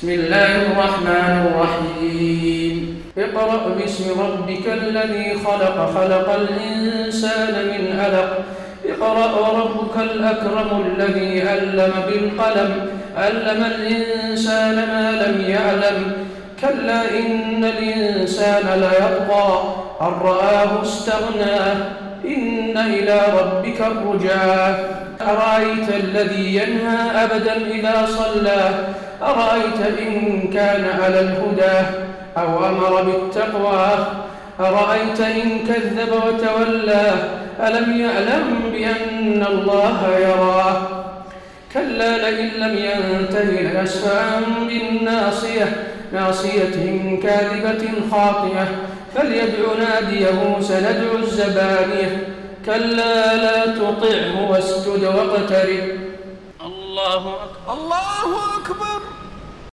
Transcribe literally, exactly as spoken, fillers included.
بسم الله الرحمن الرحيم اقرأ باسم ربك الذي خلق خلق الإنسان من علق اقرأ وربك الأكرم الذي علم بالقلم علم الإنسان ما لم يعلم كلا إن الإنسان ليطغى أن رآه استغنى إن إلى ربك الرجعى أرأيت الذي ينهى أبدا إذا صلى أرأيت إن كان على الهدى أو أمر بالتقوى أرأيت إن كذب وتولى ألم يعلم بأن الله يراه كلا لئن لم ينته ليسفعا بالناصية ناصية كاذبة خاطئة فليدع ناديه سندع الزبانية كلا لا تطعه واسجد واقترب الله أكبر الله